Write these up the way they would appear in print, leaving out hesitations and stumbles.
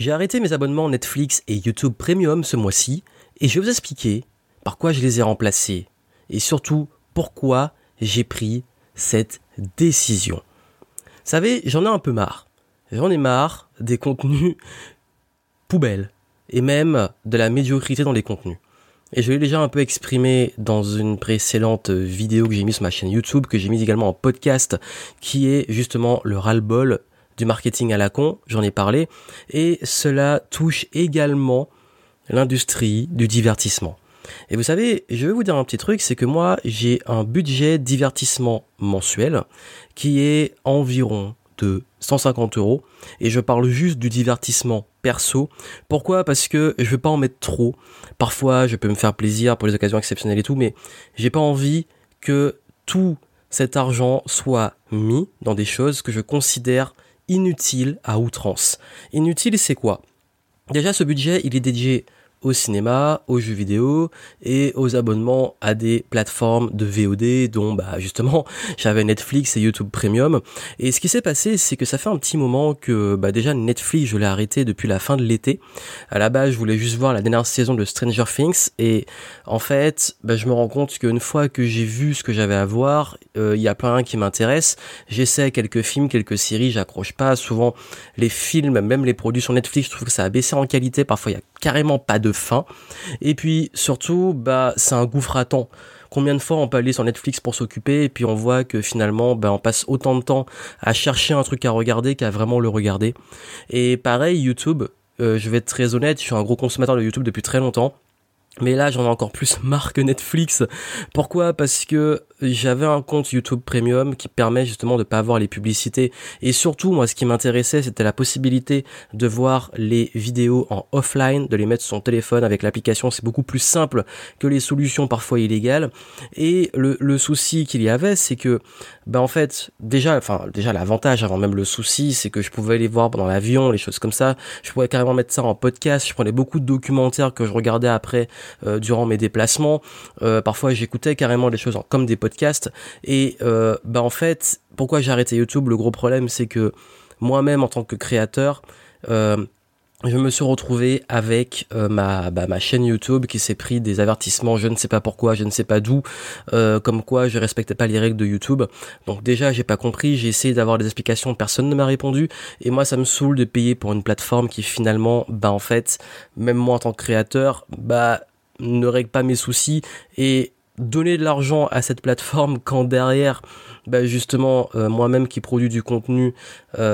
J'ai arrêté mes abonnements Netflix et YouTube Premium ce mois-ci et je vais vous expliquer par quoi je les ai remplacés et surtout pourquoi j'ai pris cette décision. Vous savez, j'en ai un peu marre. J'en ai marre des contenus poubelles et même de la médiocrité dans les contenus. Et je l'ai déjà un peu exprimé dans une précédente vidéo que j'ai mise sur ma chaîne YouTube, que j'ai mise également en podcast, qui est justement le ras-le-bol du marketing à la con, j'en ai parlé, et cela touche également l'industrie du divertissement. Et vous savez, je vais vous dire un petit truc, c'est que moi, j'ai un budget divertissement mensuel qui est environ de 150 €, et je parle juste du divertissement perso. Pourquoi ? Parce que je veux pas en mettre trop. Parfois, je peux me faire plaisir pour les occasions exceptionnelles et tout, mais j'ai pas envie que tout cet argent soit mis dans des choses que je considère inutiles à outrance. Inutile, c'est quoi ? Déjà, ce budget, il est dédié au cinéma, aux jeux vidéo et aux abonnements à des plateformes de VOD dont justement j'avais Netflix et YouTube Premium. Et ce qui s'est passé, c'est que ça fait un petit moment que déjà Netflix, je l'ai arrêté depuis la fin de l'été. À la base, je voulais juste voir la dernière saison de Stranger Things et en fait, je me rends compte qu'une fois que j'ai vu ce que j'avais à voir, il y a plein rien qui m'intéresse. J'essaie quelques films, quelques séries, j'accroche pas. Souvent les films, même les produits sur Netflix, je trouve que ça a baissé en qualité. Parfois, il y a carrément pas de fin. Et puis surtout, c'est un gouffre à temps. Combien de fois on peut aller sur Netflix pour s'occuper et puis on voit que finalement on passe autant de temps à chercher un truc à regarder qu'à vraiment le regarder. Et pareil, YouTube, je vais être très honnête, je suis un gros consommateur de YouTube depuis très longtemps. Mais là, j'en ai encore plus marre que Netflix. Pourquoi ? Parce que j'avais un compte YouTube Premium qui permet justement de pas avoir les publicités. Et surtout, moi, ce qui m'intéressait, c'était la possibilité de voir les vidéos en offline, de les mettre sur son téléphone avec l'application. C'est beaucoup plus simple que les solutions parfois illégales. Et le souci qu'il y avait, c'est que, en fait, déjà l'avantage avant même le souci, c'est que je pouvais les voir pendant l'avion, les choses comme ça. Je pouvais carrément mettre ça en podcast. Je prenais beaucoup de documentaires que je regardais après durant mes déplacements. Parfois j'écoutais carrément les choses comme des podcasts et en fait pourquoi j'ai arrêté YouTube, le gros problème c'est que moi-même en tant que créateur je me suis retrouvé avec ma chaîne YouTube qui s'est pris des avertissements, je ne sais pas pourquoi, je ne sais pas d'où, comme quoi je respectais pas les règles de YouTube. Donc déjà j'ai pas compris, j'ai essayé d'avoir des explications, personne ne m'a répondu et moi ça me saoule de payer pour une plateforme qui finalement en fait même moi en tant que créateur ne règle pas mes soucis et donner de l'argent à cette plateforme quand derrière justement moi-même qui produis du contenu on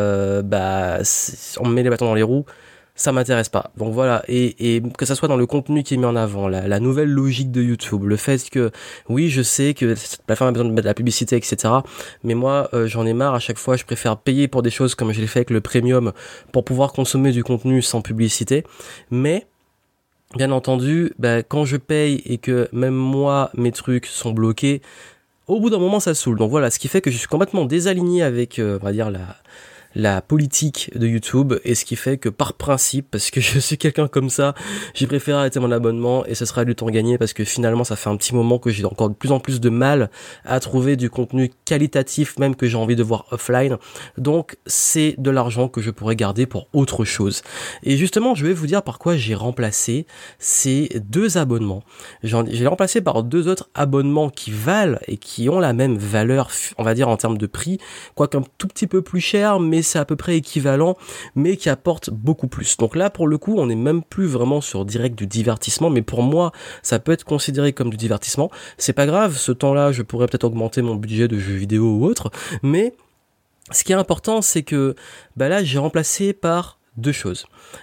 me met les bâtons dans les roues, ça m'intéresse pas. Donc voilà, et que ça soit dans le contenu qui est mis en avant, la nouvelle logique de YouTube, le fait que oui je sais que cette plateforme a besoin de mettre de la publicité etc, mais moi j'en ai marre. À chaque fois je préfère payer pour des choses comme je l'ai fait avec le Premium pour pouvoir consommer du contenu sans publicité. Mais bien entendu, quand je paye et que même moi, mes trucs sont bloqués, au bout d'un moment, ça saoule. Donc voilà, ce qui fait que je suis complètement désaligné avec, on va dire, la politique de YouTube, et ce qui fait que par principe, parce que je suis quelqu'un comme ça, j'ai préféré arrêter mon abonnement et ce sera du temps gagné parce que finalement ça fait un petit moment que j'ai encore de plus en plus de mal à trouver du contenu qualitatif même que j'ai envie de voir offline. Donc c'est de l'argent que je pourrais garder pour autre chose. Et justement je vais vous dire par quoi j'ai remplacé ces deux abonnements. J'ai remplacé par deux autres abonnements qui valent et qui ont la même valeur, on va dire en termes de prix, quoique un tout petit peu plus cher, mais c'est à peu près équivalent, mais qui apporte beaucoup plus. Donc là, pour le coup, on n'est même plus vraiment sur direct du divertissement, mais pour moi, ça peut être considéré comme du divertissement. C'est pas grave, ce temps-là, je pourrais peut-être augmenter mon budget de jeux vidéo ou autre, mais ce qui est important, c'est que là, j'ai remplacé par deux choses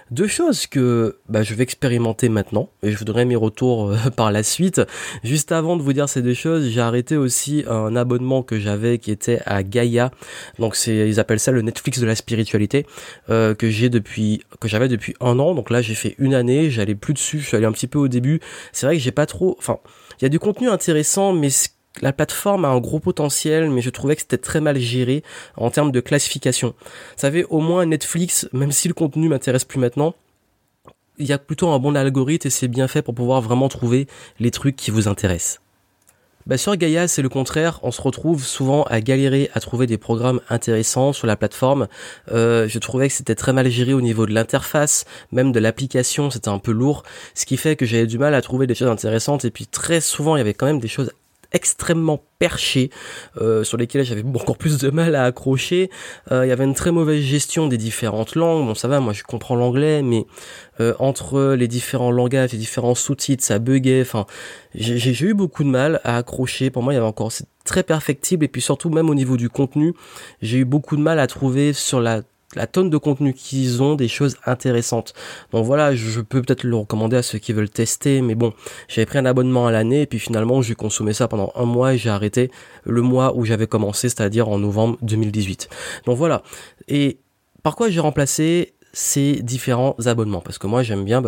que je vais expérimenter maintenant et je vous donnerai mes retours par la suite. Juste avant de vous dire ces deux choses, j'ai arrêté aussi un abonnement que j'avais qui était à Gaïa. Donc ils appellent ça le Netflix de la spiritualité, que j'avais depuis 1 an. Donc là j'ai fait 1 année, j'allais plus dessus, je suis allé un petit peu au début. C'est vrai que j'ai pas trop, il y a du contenu intéressant, mais la plateforme a un gros potentiel, mais je trouvais que c'était très mal géré en termes de classification. Vous savez, au moins Netflix, même si le contenu m'intéresse plus maintenant, il y a plutôt un bon algorithme et c'est bien fait pour pouvoir vraiment trouver les trucs qui vous intéressent. Sur Gaia, c'est le contraire. On se retrouve souvent à galérer à trouver des programmes intéressants sur la plateforme. Je trouvais que c'était très mal géré au niveau de l'interface, même de l'application, c'était un peu lourd, ce qui fait que j'avais du mal à trouver des choses intéressantes. Et puis très souvent, il y avait quand même des choses extrêmement perché, sur lesquels j'avais encore plus de mal à accrocher. Il y avait une très mauvaise gestion des différentes langues. Bon, ça va, moi je comprends l'anglais, mais entre les différents langages, les différents sous-titres, ça buguait. Enfin, j'ai eu beaucoup de mal à accrocher. Pour moi, il y avait encore, c'est très perfectible, et puis surtout même au niveau du contenu, j'ai eu beaucoup de mal à trouver sur la tonne de contenu qu'ils ont des choses intéressantes. Donc voilà, je peux peut-être le recommander à ceux qui veulent tester, mais bon, j'avais pris un abonnement à l'année et puis finalement j'ai consommé ça pendant un mois et j'ai arrêté le mois où j'avais commencé, c'est-à-dire en novembre 2018. Donc voilà. Et par quoi j'ai remplacé ces différents abonnements? Parce que moi j'aime bien,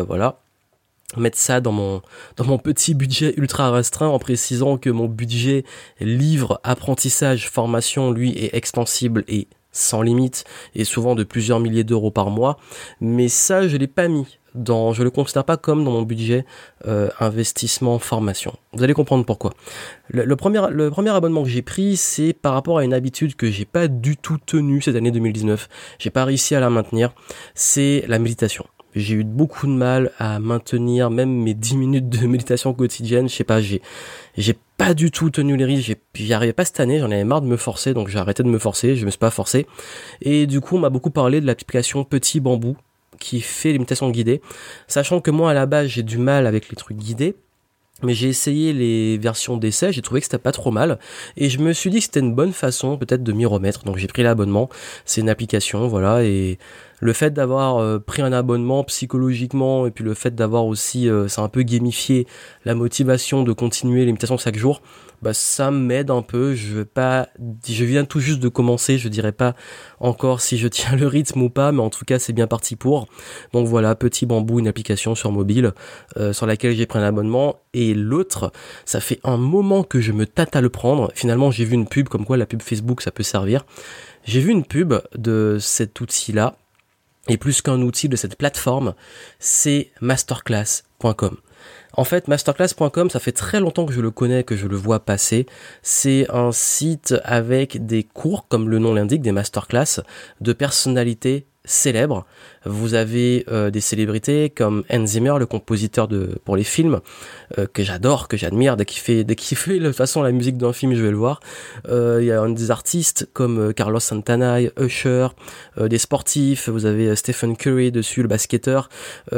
mettre ça dans mon petit budget ultra restreint, en précisant que mon budget livre, apprentissage, formation, lui, est extensible et sans limite, et souvent de plusieurs milliers d'euros par mois. Mais ça, je l'ai pas mis je le considère pas comme dans mon budget investissement formation. Vous allez comprendre pourquoi. Le premier abonnement que j'ai pris, c'est par rapport à une habitude que j'ai pas du tout tenue cette année 2019. J'ai pas réussi à la maintenir. C'est la méditation. J'ai eu beaucoup de mal à maintenir même mes 10 minutes de méditation quotidienne. Je sais pas, j'ai pas du tout tenu les risques. J'y arrivais pas cette année, j'en avais marre de me forcer, donc j'ai arrêté de me forcer, je me suis pas forcé. Et du coup, on m'a beaucoup parlé de l'application Petit Bambou, qui fait les méditations guidées. Sachant que moi, à la base, j'ai du mal avec les trucs guidés. Mais j'ai essayé les versions d'essai, j'ai trouvé que c'était pas trop mal, et je me suis dit que c'était une bonne façon peut-être de m'y remettre, donc j'ai pris l'abonnement. C'est une application, voilà, et le fait d'avoir pris un abonnement psychologiquement, et puis le fait d'avoir aussi, c'est un peu gamifié la motivation de continuer les méditations chaque jour, ça m'aide un peu. Je viens tout juste de commencer, je dirais pas encore si je tiens le rythme ou pas, mais en tout cas c'est bien parti pour. Donc voilà, Petit Bambou, une application sur mobile sur laquelle j'ai pris un abonnement. Et l'autre, ça fait un moment que je me tâte à le prendre. Finalement, j'ai vu une pub comme quoi la pub Facebook ça peut servir. J'ai vu une pub de cet outil-là, et plus qu'un outil, de cette plateforme, c'est masterclass.com. En fait, masterclass.com, ça fait très longtemps que je le connais, que je le vois passer. C'est un site avec des cours, comme le nom l'indique, des masterclass de personnalités célèbres. Vous avez des célébrités comme Hans Zimmer, le compositeur pour les films, que j'adore, que j'admire. Dès qu'il fait de toute façon la musique d'un film, je vais le voir. Il y a des artistes comme Carlos Santana, Usher, des sportifs. Vous avez Stephen Curry dessus, le basketteur,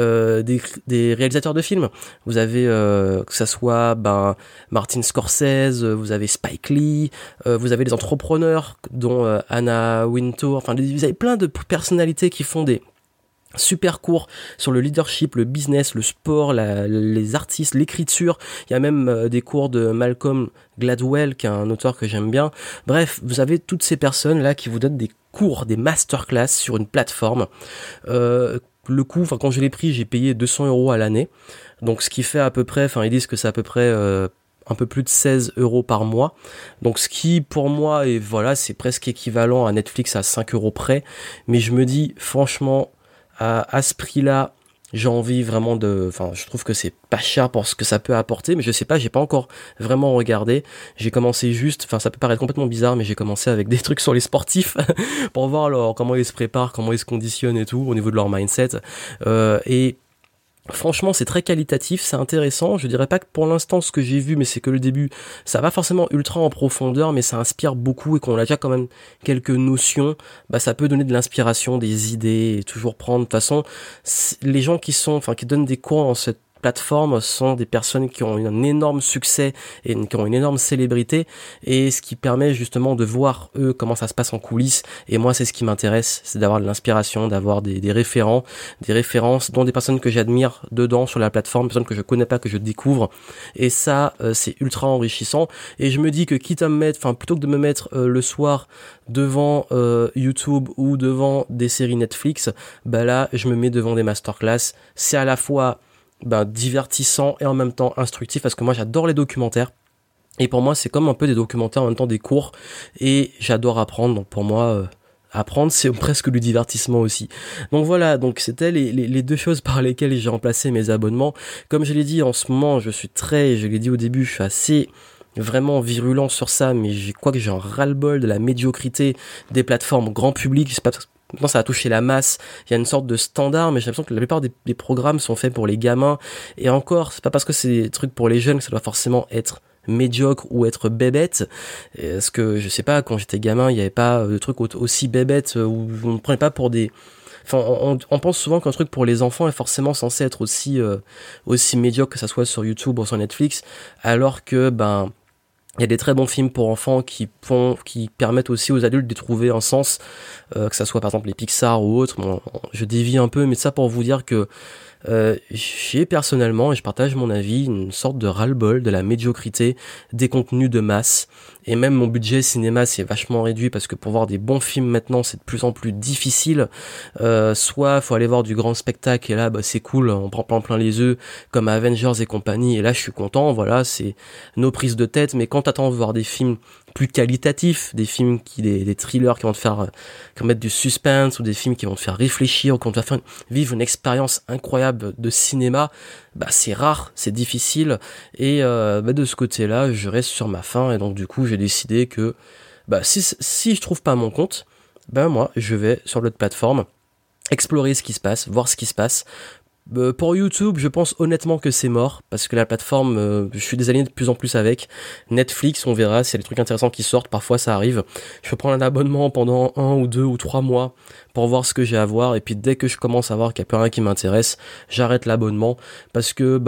des réalisateurs de films. Vous avez que ça soit Martin Scorsese, vous avez Spike Lee, vous avez des entrepreneurs dont Anna Wintour. Enfin, vous avez plein de personnalités qui font des super cours sur le leadership, le business, le sport, les artistes, l'écriture. Il y a même des cours de Malcolm Gladwell, qui est un auteur que j'aime bien. Bref, vous avez toutes ces personnes là qui vous donnent des cours, des masterclass sur une plateforme. Le coût, quand je l'ai pris, j'ai payé 200 € à l'année. Donc ce qui fait à peu près, ils disent que c'est à peu près un peu plus de 16 € par mois. Donc ce qui pour moi c'est presque équivalent à Netflix à 5 € près. Mais je me dis franchement, à ce prix-là, j'ai envie vraiment je trouve que c'est pas cher pour ce que ça peut apporter, mais je sais pas, j'ai pas encore vraiment regardé. J'ai commencé juste, ça peut paraître complètement bizarre, mais j'ai commencé avec des trucs sur les sportifs pour voir comment ils se préparent, comment ils se conditionnent et tout, au niveau de leur mindset. Et franchement, c'est très qualitatif, c'est intéressant. Je dirais pas que pour l'instant ce que j'ai vu, mais c'est que le début, ça va forcément ultra en profondeur, mais ça inspire beaucoup, et qu'on a déjà quand même quelques notions, ça peut donner de l'inspiration, des idées, et toujours prendre. De toute façon, les gens qui donnent des cours dans cette plateforme sont des personnes qui ont un énorme succès et qui ont une énorme célébrité, et ce qui permet justement de voir eux comment ça se passe en coulisses. Et moi, c'est ce qui m'intéresse, c'est d'avoir de l'inspiration, d'avoir des références, dont des personnes que j'admire dedans sur la plateforme, des personnes que je connais pas, que je découvre, et ça c'est ultra enrichissant. Et je me dis que quitte à plutôt que de me mettre le soir devant YouTube ou devant des séries Netflix, là je me mets devant des masterclass. C'est à la fois divertissant et en même temps instructif, parce que moi j'adore les documentaires, et pour moi c'est comme un peu des documentaires en même temps des cours, et j'adore apprendre. Donc pour moi apprendre, c'est presque du divertissement aussi. Donc voilà, donc c'était les deux choses par lesquelles j'ai remplacé mes abonnements. Comme je l'ai dit, en ce moment je l'ai dit au début, je suis assez vraiment virulent sur ça, mais je crois que j'ai un ras-le-bol de la médiocrité des plateformes grand public. Je sais pas, maintenant ça a touché la masse, il y a une sorte de standard, mais j'ai l'impression que la plupart des programmes sont faits pour les gamins, et encore, c'est pas parce que c'est des trucs pour les jeunes que ça doit forcément être médiocre ou être bébête. Parce que je sais pas, quand j'étais gamin, il y avait pas de trucs aussi bébêtes où on ne prenait pas pour des... Enfin, on pense souvent qu'un truc pour les enfants est forcément censé être aussi médiocre, que ça soit sur YouTube ou sur Netflix, alors que il y a des très bons films pour enfants qui permettent aussi aux adultes de trouver un sens, que ça soit par exemple les Pixar ou autres. Bon, je dévie un peu, mais ça pour vous dire que j'ai personnellement, et je partage mon avis, une sorte de ras-le-bol de la médiocrité des contenus de masse. Et même mon budget cinéma s'est vachement réduit parce que pour voir des bons films maintenant c'est de plus en plus difficile. Soit faut aller voir du grand spectacle et là c'est cool, on prend plein les œufs comme Avengers et compagnie, et là je suis content, voilà, c'est nos prises de tête. Mais quand t'attends de voir des films plus qualitatifs, des films des thrillers qui vont te faire qui vont mettre du suspense, ou des films qui vont te faire réfléchir, ou qui vont te faire vivre une expérience incroyable de cinéma, c'est rare, c'est difficile, et de ce côté-là, je reste sur ma faim, et donc du coup, j'ai décidé que si je trouve pas mon compte, moi, je vais sur l'autre plateforme, explorer ce qui se passe, voir ce qui se passe. Pour YouTube, je pense honnêtement que c'est mort, parce que la plateforme, je suis désaligné de plus en plus avec. Netflix, on verra s'il y a des trucs intéressants qui sortent, parfois ça arrive. Je peux prendre un abonnement pendant 1 ou 2 ou 3 mois pour voir ce que j'ai à voir, et puis dès que je commence à voir qu'il n'y a plus rien qui m'intéresse, j'arrête l'abonnement, parce que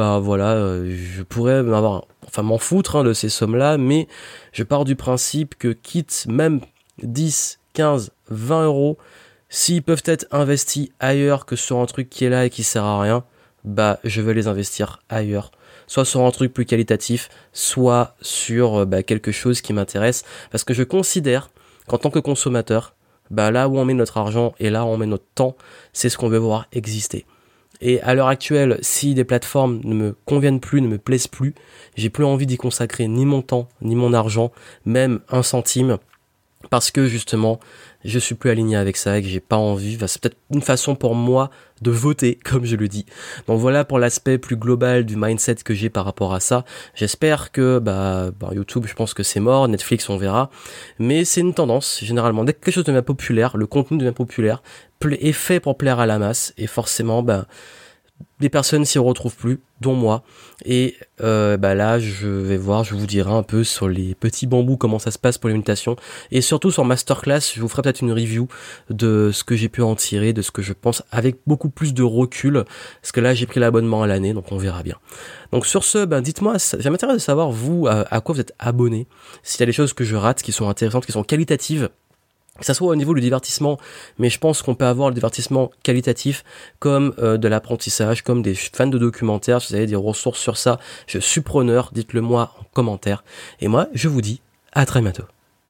je pourrais m'en foutre de ces sommes-là, mais je pars du principe que quitte même 10, 15, 20 euros, s'ils peuvent être investis ailleurs que sur un truc qui est là et qui sert à rien, je vais les investir ailleurs. Soit sur un truc plus qualitatif, soit sur quelque chose qui m'intéresse. Parce que je considère qu'en tant que consommateur, là où on met notre argent et là où on met notre temps, c'est ce qu'on veut voir exister. Et à l'heure actuelle, si des plateformes ne me conviennent plus, ne me plaisent plus, j'ai plus envie d'y consacrer ni mon temps, ni mon argent, même 1 centime. Parce que justement, je suis plus aligné avec ça et que j'ai pas envie. C'est peut-être une façon pour moi de voter, comme je le dis. Donc voilà pour l'aspect plus global du mindset que j'ai par rapport à ça. J'espère que YouTube, je pense que c'est mort. Netflix, on verra. Mais c'est une tendance, généralement. Dès que quelque chose devient populaire, le contenu devient populaire, est fait pour plaire à la masse. Et forcément, des personnes s'y retrouvent plus, dont moi. Et là, je vais voir, je vous dirai un peu sur les petits bambous comment ça se passe pour les mutations. Et surtout sur Masterclass, je vous ferai peut-être une review de ce que j'ai pu en tirer, de ce que je pense, avec beaucoup plus de recul. Parce que là, j'ai pris l'abonnement à l'année, donc on verra bien. Donc sur ce, dites-moi, ça m'intéresse de savoir, vous, à quoi vous êtes abonné. S'il y a des choses que je rate, qui sont intéressantes, qui sont qualitatives, que ça soit au niveau du divertissement, mais je pense qu'on peut avoir le divertissement qualitatif comme de l'apprentissage, comme des fans de documentaires. Si vous avez des ressources sur ça, je suis preneur, dites-le moi en commentaire. Et moi, je vous dis à très bientôt.